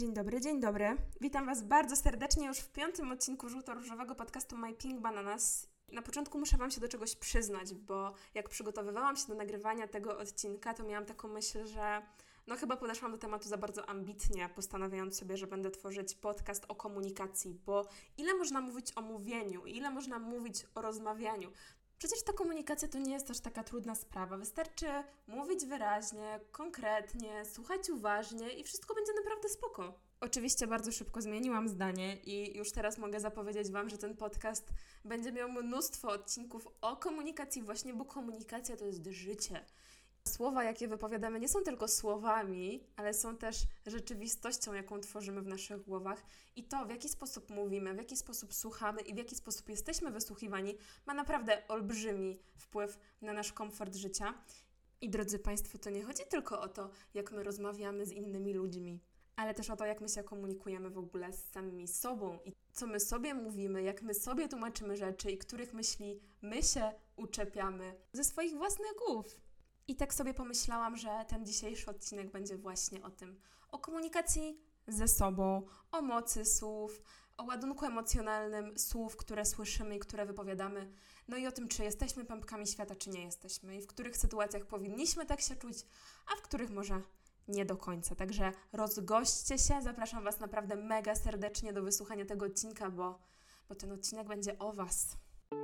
Dzień dobry. Witam Was bardzo serdecznie już w 5. odcinku żółto-różowego podcastu My Pink Bananas. Na początku muszę Wam się do czegoś przyznać, bo jak przygotowywałam się do nagrywania tego odcinka, to miałam taką myśl, że chyba podeszłam do tematu za bardzo ambitnie, postanawiając sobie, że będę tworzyć podcast o komunikacji, bo ile można mówić o mówieniu, ile można mówić o rozmawianiu. Przecież ta komunikacja to nie jest aż taka trudna sprawa. Wystarczy mówić wyraźnie, konkretnie, słuchać uważnie i wszystko będzie naprawdę spoko. Oczywiście bardzo szybko zmieniłam zdanie i już teraz mogę zapowiedzieć Wam, że ten podcast będzie miał mnóstwo odcinków o komunikacji właśnie, bo komunikacja to jest życie. Słowa, jakie wypowiadamy, nie są tylko słowami, ale są też rzeczywistością, jaką tworzymy w naszych głowach. I to, w jaki sposób mówimy, w jaki sposób słuchamy i w jaki sposób jesteśmy wysłuchiwani, ma naprawdę olbrzymi wpływ na nasz komfort życia. I drodzy Państwo, to nie chodzi tylko o to, jak my rozmawiamy z innymi ludźmi, ale też o to, jak my się komunikujemy w ogóle z samymi sobą i co my sobie mówimy, jak my sobie tłumaczymy rzeczy i których myśli my się uczepiamy ze swoich własnych głów. I tak sobie pomyślałam, że ten dzisiejszy odcinek będzie właśnie o tym. O komunikacji ze sobą, o mocy słów, o ładunku emocjonalnym słów, które słyszymy i które wypowiadamy. No i o tym, czy jesteśmy pępkami świata, czy nie jesteśmy. I w których sytuacjach powinniśmy tak się czuć, a w których może nie do końca. Także rozgośćcie się. Zapraszam Was naprawdę mega serdecznie do wysłuchania tego odcinka, bo ten odcinek będzie o Was.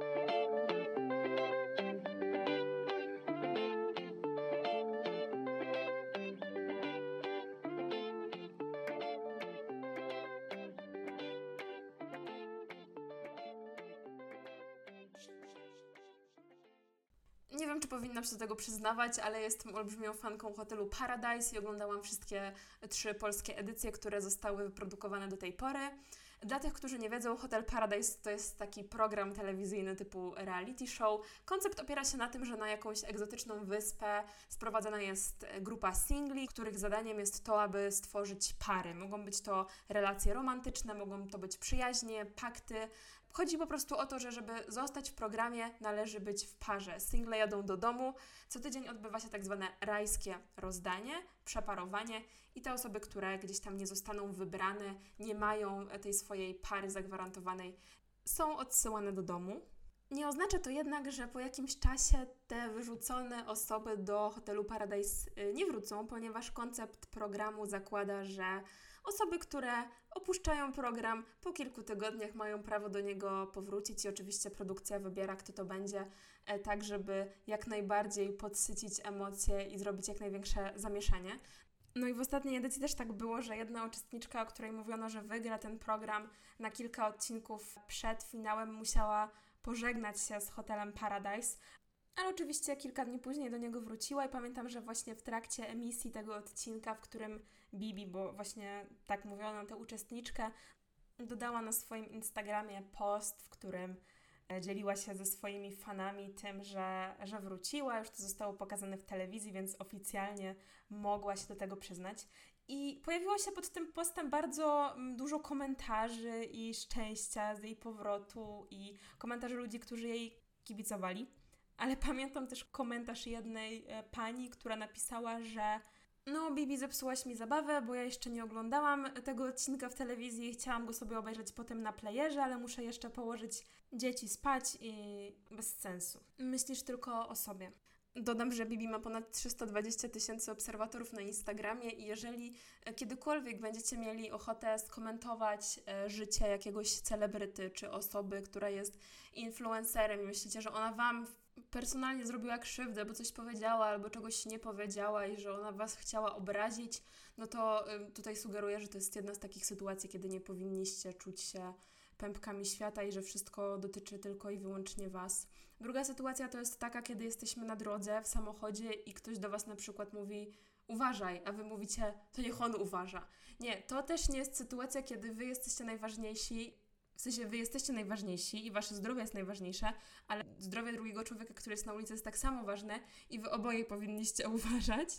Nie wiem, czy powinnam się do tego przyznawać, ale jestem olbrzymią fanką hotelu Paradise i oglądałam wszystkie 3 polskie edycje, które zostały wyprodukowane do tej pory. Dla tych, którzy nie wiedzą, Hotel Paradise to jest taki program telewizyjny typu reality show. Koncept opiera się na tym, że na jakąś egzotyczną wyspę sprowadzana jest grupa singli, których zadaniem jest to, aby stworzyć pary. Mogą być to relacje romantyczne, mogą to być przyjaźnie, pakty. Chodzi po prostu o to, że żeby zostać w programie, należy być w parze. Single jadą do domu, co tydzień odbywa się tak zwane rajskie rozdanie, przeparowanie i te osoby, które gdzieś tam nie zostaną wybrane, nie mają tej swojej pary zagwarantowanej, są odsyłane do domu. Nie oznacza to jednak, że po jakimś czasie te wyrzucone osoby do hotelu Paradise nie wrócą, ponieważ koncept programu zakłada, że osoby, które opuszczają program, po kilku tygodniach mają prawo do niego powrócić i oczywiście produkcja wybiera, kto to będzie, tak żeby jak najbardziej podsycić emocje i zrobić jak największe zamieszanie. No i w ostatniej edycji też tak było, że jedna uczestniczka, o której mówiono, że wygra ten program na kilka odcinków przed finałem, musiała pożegnać się z hotelem Paradise, ale oczywiście kilka dni później do niego wróciła i pamiętam, że właśnie w trakcie emisji tego odcinka, w którym Bibi, bo właśnie tak mówiono tę uczestniczkę, dodała na swoim Instagramie post, w którym dzieliła się ze swoimi fanami tym, że wróciła, już to zostało pokazane w telewizji, więc oficjalnie mogła się do tego przyznać. I pojawiło się pod tym postem bardzo dużo komentarzy i szczęścia z jej powrotu i komentarzy ludzi, którzy jej kibicowali. Ale pamiętam też komentarz jednej pani, która napisała, że Bibi, zepsułaś mi zabawę, bo ja jeszcze nie oglądałam tego odcinka w telewizji, chciałam go sobie obejrzeć potem na playerze, ale muszę jeszcze położyć dzieci spać i bez sensu. Myślisz tylko o sobie. Dodam, że Bibi ma ponad 320 000 obserwatorów na Instagramie i jeżeli kiedykolwiek będziecie mieli ochotę skomentować życie jakiegoś celebryty czy osoby, która jest influencerem i myślicie, że ona Wam personalnie zrobiła krzywdę, bo coś powiedziała albo czegoś nie powiedziała i że ona Was chciała obrazić, no to tutaj sugeruję, że to jest jedna z takich sytuacji, kiedy nie powinniście czuć się pępkami świata i że wszystko dotyczy tylko i wyłącznie Was. Druga sytuacja to jest taka, kiedy jesteśmy na drodze w samochodzie i ktoś do Was na przykład mówi uważaj, a Wy mówicie to niech on uważa. Nie, to też nie jest sytuacja, kiedy Wy jesteście najważniejsi. W sensie Wy jesteście najważniejsi i Wasze zdrowie jest najważniejsze, ale zdrowie drugiego człowieka, który jest na ulicy, jest tak samo ważne i Wy oboje powinniście uważać.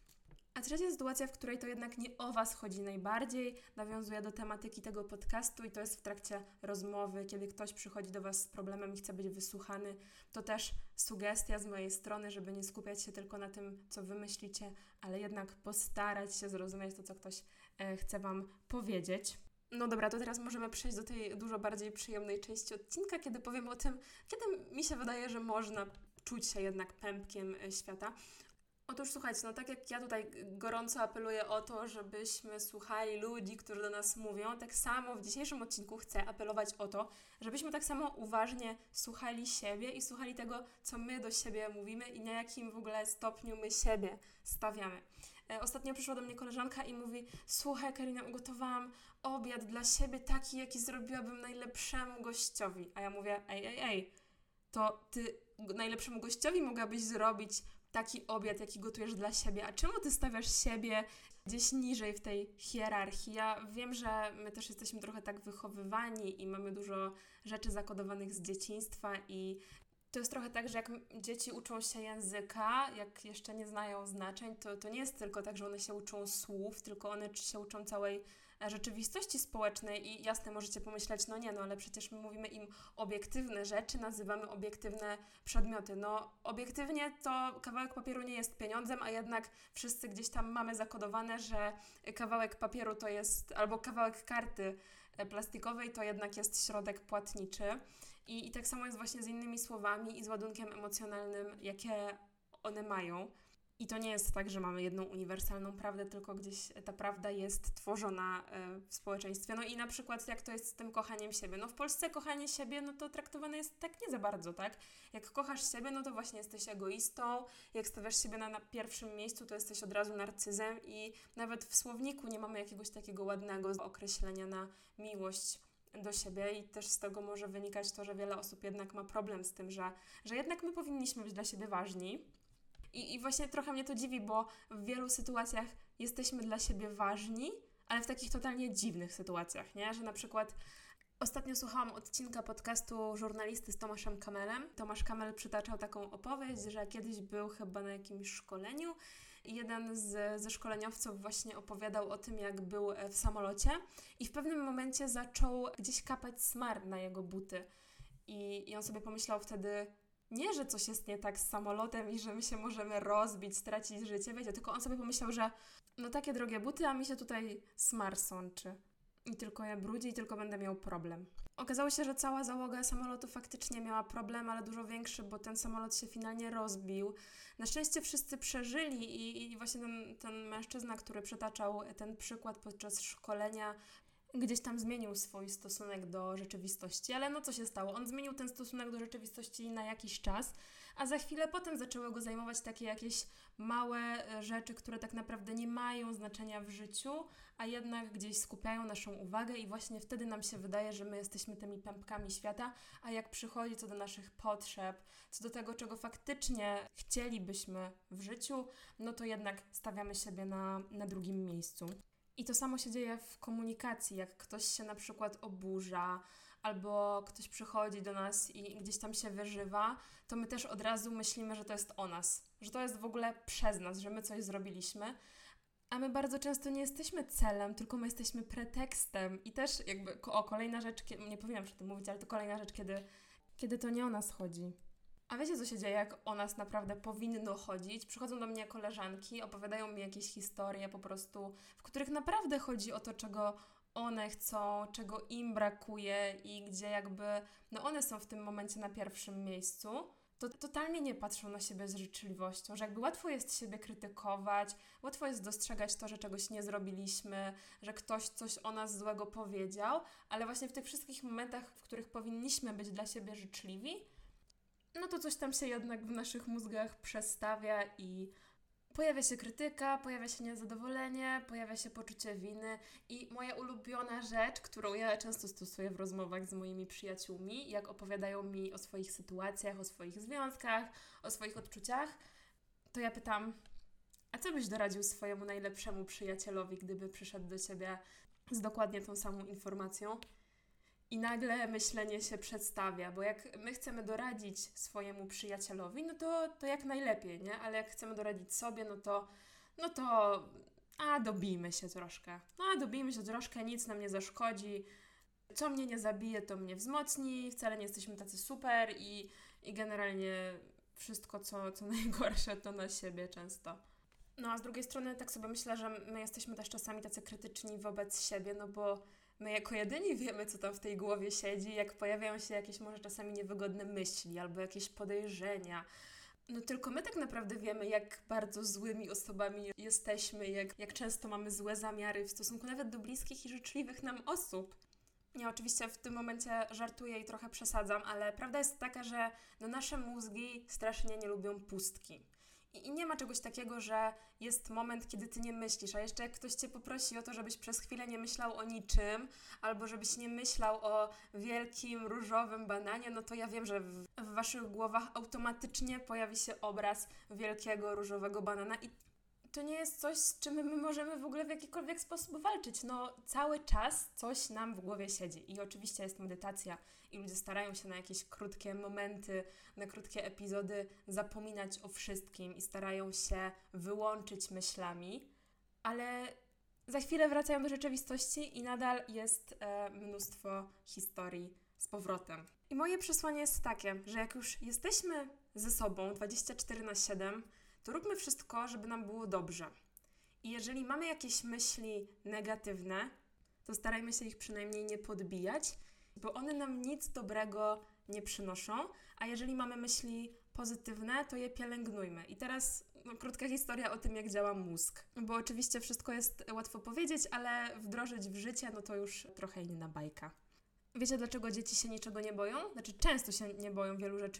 A trzecia sytuacja, w której to jednak nie o Was chodzi najbardziej, nawiązuje do tematyki tego podcastu i to jest w trakcie rozmowy, kiedy ktoś przychodzi do Was z problemem i chce być wysłuchany. To też sugestia z mojej strony, żeby nie skupiać się tylko na tym, co Wy myślicie, ale jednak postarać się zrozumieć to, co ktoś chcę Wam powiedzieć. No dobra, to teraz możemy przejść do tej dużo bardziej przyjemnej części odcinka, kiedy powiem o tym, kiedy mi się wydaje, że można czuć się jednak pępkiem świata. Otóż słuchajcie, no tak jak ja tutaj gorąco apeluję o to, żebyśmy słuchali ludzi, którzy do nas mówią, tak samo w dzisiejszym odcinku chcę apelować o to, żebyśmy tak samo uważnie słuchali siebie i słuchali tego, co my do siebie mówimy i na jakim w ogóle stopniu my siebie stawiamy. Ostatnio przyszła do mnie koleżanka i mówi: słuchaj Karina, ugotowałam obiad dla siebie taki, jaki zrobiłabym najlepszemu gościowi. A ja mówię: ej, to ty najlepszemu gościowi mogłabyś zrobić taki obiad, jaki gotujesz dla siebie, a czemu ty stawiasz siebie gdzieś niżej w tej hierarchii? Ja wiem, że my też jesteśmy trochę tak wychowywani i mamy dużo rzeczy zakodowanych z dzieciństwa i to jest trochę tak, że jak dzieci uczą się języka, jak jeszcze nie znają znaczeń, to nie jest tylko tak, że one się uczą słów, tylko one się uczą całej rzeczywistości społecznej i jasne, możecie pomyśleć, no nie, no ale przecież my mówimy im obiektywne rzeczy, nazywamy obiektywne przedmioty. No obiektywnie to kawałek papieru nie jest pieniądzem, a jednak wszyscy gdzieś tam mamy zakodowane, że kawałek papieru to jest, albo kawałek karty plastikowej to jednak jest środek płatniczy. I tak samo jest właśnie z innymi słowami i z ładunkiem emocjonalnym, jakie one mają. I to nie jest tak, że mamy jedną uniwersalną prawdę, tylko gdzieś ta prawda jest tworzona w społeczeństwie. No i na przykład jak to jest z tym kochaniem siebie? No w Polsce kochanie siebie, no to traktowane jest tak nie za bardzo, tak? Jak kochasz siebie, no to właśnie jesteś egoistą, jak stawiasz siebie na pierwszym miejscu, to jesteś od razu narcyzem i nawet w słowniku nie mamy jakiegoś takiego ładnego określenia na miłość do siebie i też z tego może wynikać to, że wiele osób jednak ma problem z tym, że jednak my powinniśmy być dla siebie ważni. I właśnie trochę mnie to dziwi, bo w wielu sytuacjach jesteśmy dla siebie ważni, ale w takich totalnie dziwnych sytuacjach, nie? Że na przykład ostatnio słuchałam odcinka podcastu żurnalisty z Tomaszem Kamelem. Tomasz Kamel przytaczał taką opowieść, że kiedyś był chyba na jakimś szkoleniu i jeden ze szkoleniowców właśnie opowiadał o tym, jak był w samolocie i w pewnym momencie zaczął gdzieś kapać smar na jego buty. I on sobie pomyślał wtedy, nie, że coś jest nie tak z samolotem i że my się możemy rozbić, stracić życie, wiecie, tylko on sobie pomyślał, że no takie drogie buty, a mi się tutaj smar sączy. I tylko je brudzi i tylko będę miał problem. Okazało się, że cała załoga samolotu faktycznie miała problem, ale dużo większy, bo ten samolot się finalnie rozbił. Na szczęście wszyscy przeżyli i właśnie ten mężczyzna, który przytaczał ten przykład podczas szkolenia, gdzieś tam zmienił swój stosunek do rzeczywistości, ale no co się stało? On zmienił ten stosunek do rzeczywistości na jakiś czas, a za chwilę potem zaczęły go zajmować takie jakieś małe rzeczy, które tak naprawdę nie mają znaczenia w życiu, a jednak gdzieś skupiają naszą uwagę i właśnie wtedy nam się wydaje, że my jesteśmy tymi pępkami świata, a jak przychodzi co do naszych potrzeb, co do tego, czego faktycznie chcielibyśmy w życiu, no to jednak stawiamy siebie na drugim miejscu. I to samo się dzieje w komunikacji, jak ktoś się na przykład oburza, albo ktoś przychodzi do nas i gdzieś tam się wyżywa, to my też od razu myślimy, że to jest o nas, że to jest w ogóle przez nas, że my coś zrobiliśmy, a my bardzo często nie jesteśmy celem, tylko my jesteśmy pretekstem. I też jakby, kolejna rzecz, nie powinnam przy tym mówić, ale to kolejna rzecz, kiedy to nie o nas chodzi. A wiecie, co się dzieje, jak o nas naprawdę powinno chodzić? Przychodzą do mnie koleżanki, opowiadają mi jakieś historie po prostu, w których naprawdę chodzi o to, czego one chcą, czego im brakuje i gdzie jakby, no one są w tym momencie na pierwszym miejscu, to totalnie nie patrzą na siebie z życzliwością, że jakby łatwo jest siebie krytykować, łatwo jest dostrzegać to, że czegoś nie zrobiliśmy, że ktoś coś o nas złego powiedział, ale właśnie w tych wszystkich momentach, w których powinniśmy być dla siebie życzliwi, no to coś tam się jednak w naszych mózgach przestawia i pojawia się krytyka, pojawia się niezadowolenie, pojawia się poczucie winy i moja ulubiona rzecz, którą ja często stosuję w rozmowach z moimi przyjaciółmi, jak opowiadają mi o swoich sytuacjach, o swoich związkach, o swoich odczuciach, to ja pytam, a co byś doradził swojemu najlepszemu przyjacielowi, gdyby przyszedł do Ciebie z dokładnie tą samą informacją? I nagle myślenie się przedstawia, bo jak my chcemy doradzić swojemu przyjacielowi, no to jak najlepiej, nie? Ale jak chcemy doradzić sobie, dobijmy się troszkę. Dobijmy się troszkę, nic nam nie zaszkodzi. Co mnie nie zabije, to mnie wzmocni, wcale nie jesteśmy tacy super i generalnie wszystko, co najgorsze, to na siebie często. No a z drugiej strony tak sobie myślę, że my jesteśmy też czasami tacy krytyczni wobec siebie, no bo my jako jedyni wiemy, co tam w tej głowie siedzi, jak pojawiają się jakieś może czasami niewygodne myśli albo jakieś podejrzenia. No tylko my tak naprawdę wiemy, jak bardzo złymi osobami jesteśmy, jak często mamy złe zamiary w stosunku nawet do bliskich i życzliwych nam osób. Ja oczywiście w tym momencie żartuję i trochę przesadzam, ale prawda jest taka, że no nasze mózgi strasznie nie lubią pustki. I nie ma czegoś takiego, że jest moment, kiedy ty nie myślisz, a jeszcze jak ktoś cię poprosi o to, żebyś przez chwilę nie myślał o niczym, albo żebyś nie myślał o wielkim, różowym bananie, no to ja wiem, że w waszych głowach automatycznie pojawi się obraz wielkiego, różowego banana i to nie jest coś, z czym my możemy w ogóle w jakikolwiek sposób walczyć. No, cały czas coś nam w głowie siedzi. I oczywiście jest medytacja i ludzie starają się na jakieś krótkie momenty, na krótkie epizody zapominać o wszystkim i starają się wyłączyć myślami, ale za chwilę wracają do rzeczywistości i nadal jest mnóstwo historii z powrotem. I moje przesłanie jest takie, że jak już jesteśmy ze sobą 24/7, to róbmy wszystko, żeby nam było dobrze. I jeżeli mamy jakieś myśli negatywne, to starajmy się ich przynajmniej nie podbijać, bo one nam nic dobrego nie przynoszą, a jeżeli mamy myśli pozytywne, to je pielęgnujmy. I teraz krótka historia o tym, jak działa mózg. Bo oczywiście wszystko jest łatwo powiedzieć, ale wdrożyć w życie, no to już trochę inna bajka. Wiecie, dlaczego dzieci się niczego nie boją? Znaczy, często się nie boją wielu rzeczy,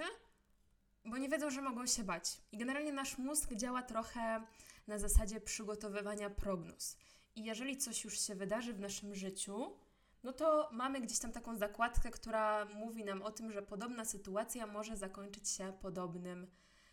bo nie wiedzą, że mogą się bać. I generalnie nasz mózg działa trochę na zasadzie przygotowywania prognoz. I jeżeli coś już się wydarzy w naszym życiu, no to mamy gdzieś tam taką zakładkę, która mówi nam o tym, że podobna sytuacja może zakończyć się podobnym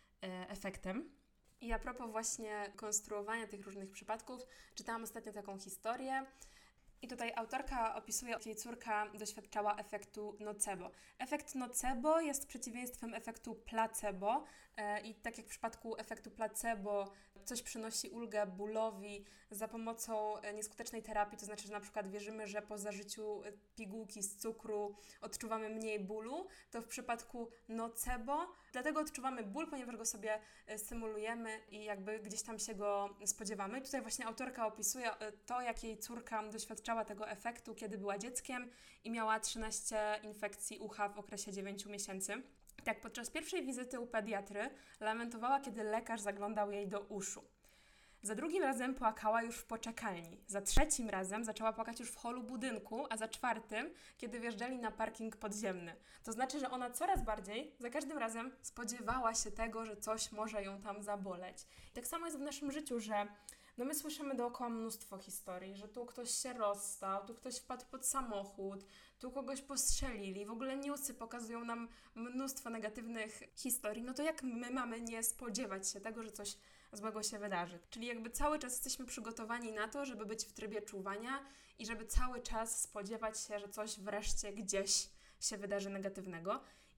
efektem. I a propos właśnie konstruowania tych różnych przypadków, czytałam ostatnio taką historię. I tutaj autorka opisuje, jak jej córka doświadczała efektu nocebo. Efekt nocebo jest przeciwieństwem efektu placebo i tak jak w przypadku efektu placebo coś przynosi ulgę bólowi za pomocą nieskutecznej terapii, to znaczy, że na przykład wierzymy, że po zażyciu pigułki z cukru odczuwamy mniej bólu, to w przypadku nocebo dlatego odczuwamy ból, ponieważ go sobie symulujemy i jakby gdzieś tam się go spodziewamy. I tutaj właśnie autorka opisuje to, jak jej córka doświadczała tego efektu, kiedy była dzieckiem i miała 13 infekcji ucha w okresie 9 miesięcy. Tak, podczas pierwszej wizyty u pediatry lamentowała, kiedy lekarz zaglądał jej do uszu. Za drugim razem płakała już w poczekalni. Za trzecim razem zaczęła płakać już w holu budynku, a za czwartym, kiedy wjeżdżali na parking podziemny. To znaczy, że ona coraz bardziej, za każdym razem spodziewała się tego, że coś może ją tam zaboleć. I tak samo jest w naszym życiu, że no my słyszymy dookoła mnóstwo historii, że tu ktoś się rozstał, tu ktoś wpadł pod samochód, tu kogoś postrzelili. W ogóle newsy pokazują nam mnóstwo negatywnych historii. No to jak my mamy nie spodziewać się tego, że coś złego się wydarzy? Czyli jakby cały czas jesteśmy przygotowani na to, żeby być w trybie czuwania i żeby cały czas spodziewać się, że coś wreszcie gdzieś się wydarzy negatywnego.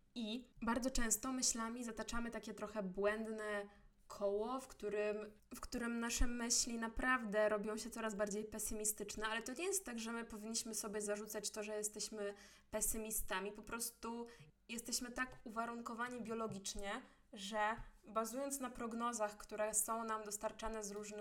I bardzo często myślami zataczamy takie trochę błędne koło, w którym nasze myśli naprawdę robią się coraz bardziej pesymistyczne, ale to nie jest tak, że my powinniśmy sobie zarzucać to, że jesteśmy pesymistami. Po prostu jesteśmy tak uwarunkowani biologicznie, że bazując na prognozach, które są nam dostarczane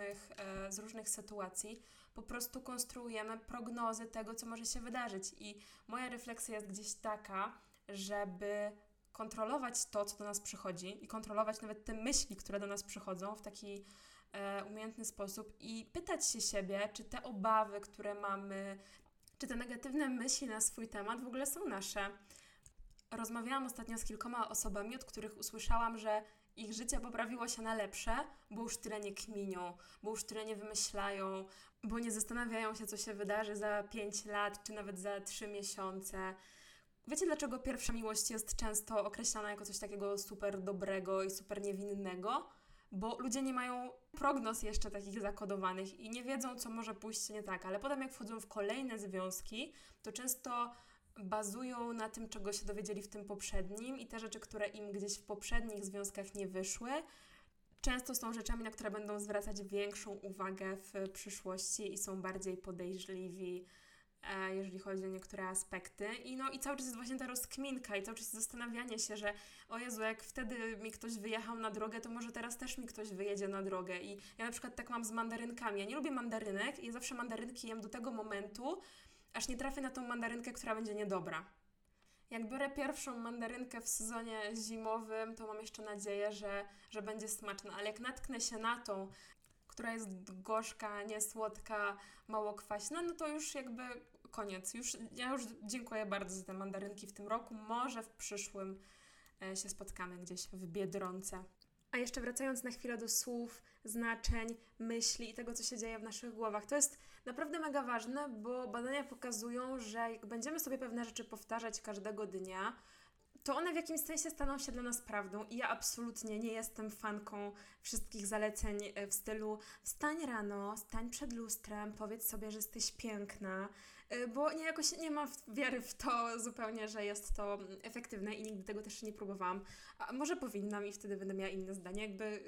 z różnych sytuacji, po prostu konstruujemy prognozy tego, co może się wydarzyć. I moja refleksja jest gdzieś taka, żeby kontrolować to, co do nas przychodzi i kontrolować nawet te myśli, które do nas przychodzą w taki umiejętny sposób i pytać się siebie, czy te obawy, które mamy, czy te negatywne myśli na swój temat w ogóle są nasze. Rozmawiałam ostatnio z kilkoma osobami, od których usłyszałam, że ich życie poprawiło się na lepsze, bo już tyle nie kminią, bo już tyle nie wymyślają, bo nie zastanawiają się, co się wydarzy za 5 lat, czy nawet za 3 miesiące. Wiecie, dlaczego pierwsza miłość jest często określana jako coś takiego super dobrego i super niewinnego? Bo ludzie nie mają prognoz jeszcze takich zakodowanych i nie wiedzą, co może pójść nie tak, ale potem jak wchodzą w kolejne związki, to często bazują na tym, czego się dowiedzieli w tym poprzednim i te rzeczy, które im gdzieś w poprzednich związkach nie wyszły, często są rzeczami, na które będą zwracać większą uwagę w przyszłości i są bardziej podejrzliwi jeżeli chodzi o niektóre aspekty. I cały czas jest właśnie ta rozkminka i cały czas jest zastanawianie się, że o Jezu, jak wtedy mi ktoś wyjechał na drogę, to może teraz też mi ktoś wyjedzie na drogę. I ja na przykład tak mam z mandarynkami. Ja nie lubię mandarynek i ja zawsze mandarynki jem do tego momentu, aż nie trafię na tą mandarynkę, która będzie niedobra. Jak biorę pierwszą mandarynkę w sezonie zimowym, to mam jeszcze nadzieję, że będzie smaczna, ale jak natknę się na tą, która jest gorzka, niesłodka, mało kwaśna, no to już jakby koniec. Ja już dziękuję bardzo za te mandarynki w tym roku. Może w przyszłym się spotkamy gdzieś w Biedronce. A jeszcze wracając na chwilę do słów, znaczeń, myśli i tego, co się dzieje w naszych głowach. To jest naprawdę mega ważne, bo badania pokazują, że jak będziemy sobie pewne rzeczy powtarzać każdego dnia, to one w jakimś sensie staną się dla nas prawdą. I ja absolutnie nie jestem fanką wszystkich zaleceń w stylu wstań rano, stań przed lustrem, powiedz sobie, że jesteś piękna, bo jakoś nie mam wiary w to zupełnie, że jest to efektywne i nigdy tego też nie próbowałam. A może powinnam i wtedy będę miała inne zdanie.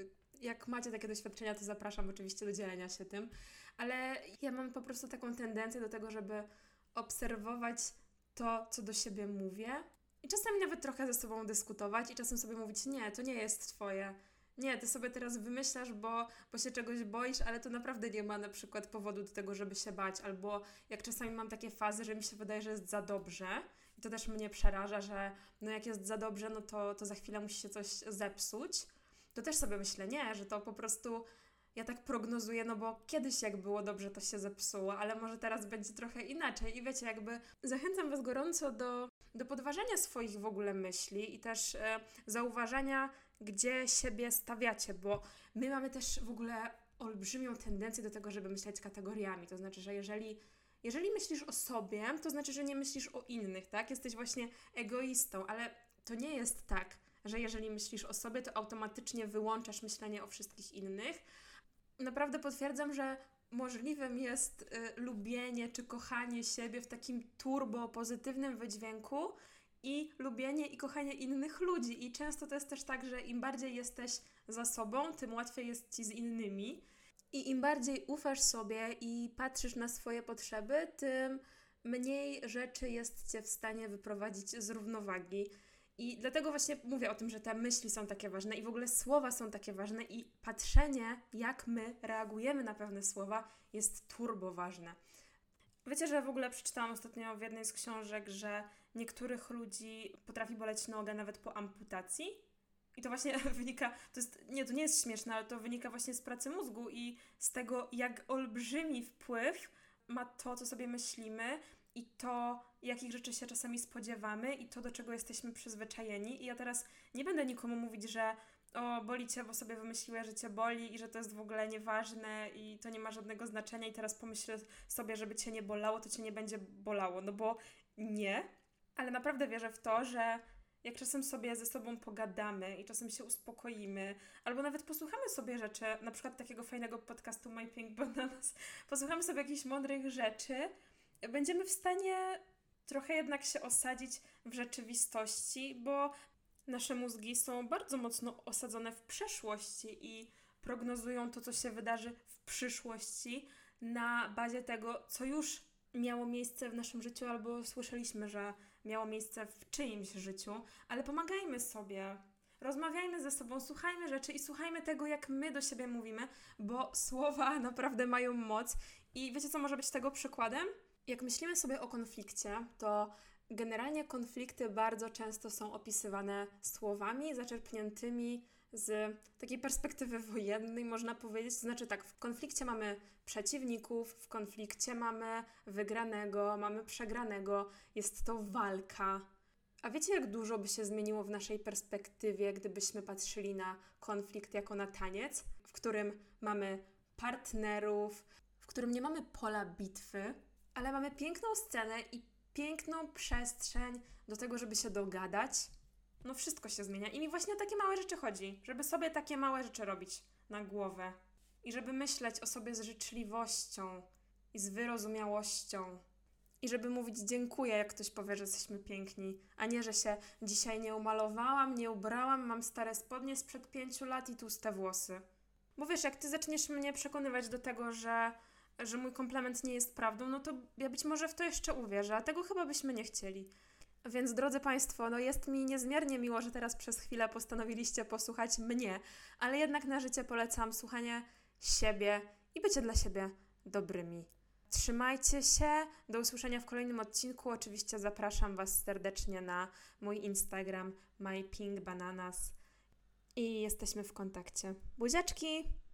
Jak macie takie doświadczenia, to zapraszam oczywiście do dzielenia się tym, ale ja mam po prostu taką tendencję do tego, żeby obserwować to, co do siebie mówię i czasami nawet trochę ze sobą dyskutować i czasem sobie mówić, nie, to nie jest twoje. Nie, ty sobie teraz wymyślasz, bo się czegoś boisz, ale to naprawdę nie ma na przykład powodu do tego, żeby się bać. Albo jak czasami mam takie fazy, że mi się wydaje, że jest za dobrze i to też mnie przeraża, że no jak jest za dobrze, no to za chwilę musi się coś zepsuć. To też sobie myślę, nie, że to po prostu ja tak prognozuję, no bo kiedyś jak było dobrze, to się zepsuło, ale może teraz będzie trochę inaczej. I wiecie, jakby zachęcam Was gorąco do podważania swoich w ogóle myśli i też zauważania, gdzie siebie stawiacie, bo my mamy też w ogóle olbrzymią tendencję do tego, żeby myśleć kategoriami. To znaczy, że jeżeli myślisz o sobie, to znaczy, że nie myślisz o innych, tak? Jesteś właśnie egoistą, ale to nie jest tak, że jeżeli myślisz o sobie, to automatycznie wyłączasz myślenie o wszystkich innych. Naprawdę potwierdzam, że możliwym jest lubienie czy kochanie siebie w takim turbo pozytywnym wydźwięku i lubienie i kochanie innych ludzi. I często to jest też tak, że im bardziej jesteś za sobą, tym łatwiej jest Ci z innymi. I im bardziej ufasz sobie i patrzysz na swoje potrzeby, tym mniej rzeczy jest Cię w stanie wyprowadzić z równowagi. I dlatego właśnie mówię o tym, że te myśli są takie ważne i w ogóle słowa są takie ważne i patrzenie, jak my reagujemy na pewne słowa, jest turbo ważne. Wiecie, że w ogóle przeczytałam ostatnio w jednej z książek, że niektórych ludzi potrafi boleć noga nawet po amputacji? I to właśnie wynika, to nie jest śmieszne, ale to wynika właśnie z pracy mózgu i z tego, jak olbrzymi wpływ ma to, co sobie myślimy i to, jakich rzeczy się czasami spodziewamy i to, do czego jesteśmy przyzwyczajeni. I ja teraz nie będę nikomu mówić, że boli Cię, bo sobie wymyśliłeś, że Cię boli i że to jest w ogóle nieważne i to nie ma żadnego znaczenia i teraz pomyśl sobie, żeby Cię nie bolało, to Cię nie będzie bolało, no bo nie. Ale naprawdę wierzę w to, że jak czasem sobie ze sobą pogadamy i czasem się uspokoimy, albo nawet posłuchamy sobie rzeczy, na przykład takiego fajnego podcastu My Pink Bananas, posłuchamy sobie jakichś mądrych rzeczy, będziemy w stanie trochę jednak się osadzić w rzeczywistości, bo nasze mózgi są bardzo mocno osadzone w przeszłości i prognozują to, co się wydarzy w przyszłości na bazie tego, co już miało miejsce w naszym życiu albo słyszeliśmy, że miało miejsce w czyimś życiu, ale pomagajmy sobie, rozmawiajmy ze sobą, słuchajmy rzeczy i słuchajmy tego, jak my do siebie mówimy, bo słowa naprawdę mają moc i wiecie, co może być tego przykładem? Jak myślimy sobie o konflikcie, to generalnie konflikty bardzo często są opisywane słowami zaczerpniętymi z takiej perspektywy wojennej, można powiedzieć. To znaczy tak, w konflikcie mamy przeciwników, w konflikcie mamy wygranego, mamy przegranego, jest to walka. A wiecie, jak dużo by się zmieniło w naszej perspektywie, gdybyśmy patrzyli na konflikt jako na taniec, w którym mamy partnerów, w którym nie mamy pola bitwy, ale mamy piękną scenę i piękną przestrzeń do tego, żeby się dogadać. No wszystko się zmienia i mi właśnie o takie małe rzeczy chodzi, żeby sobie takie małe rzeczy robić na głowę i żeby myśleć o sobie z życzliwością i z wyrozumiałością i żeby mówić dziękuję, jak ktoś powie, że jesteśmy piękni, a nie, że się dzisiaj nie umalowałam, nie ubrałam, mam stare spodnie sprzed 5 lat i tłuste włosy. Bo wiesz, jak ty zaczniesz mnie przekonywać do tego, że że mój komplement nie jest prawdą, no to ja być może w to jeszcze uwierzę, a tego chyba byśmy nie chcieli. Więc drodzy Państwo, no jest mi niezmiernie miło, że teraz przez chwilę postanowiliście posłuchać mnie, ale jednak na życie polecam słuchanie siebie i bycie dla siebie dobrymi. Trzymajcie się, do usłyszenia w kolejnym odcinku. Oczywiście zapraszam Was serdecznie na mój Instagram mypinkbananas i jesteśmy w kontakcie. Buziaczki!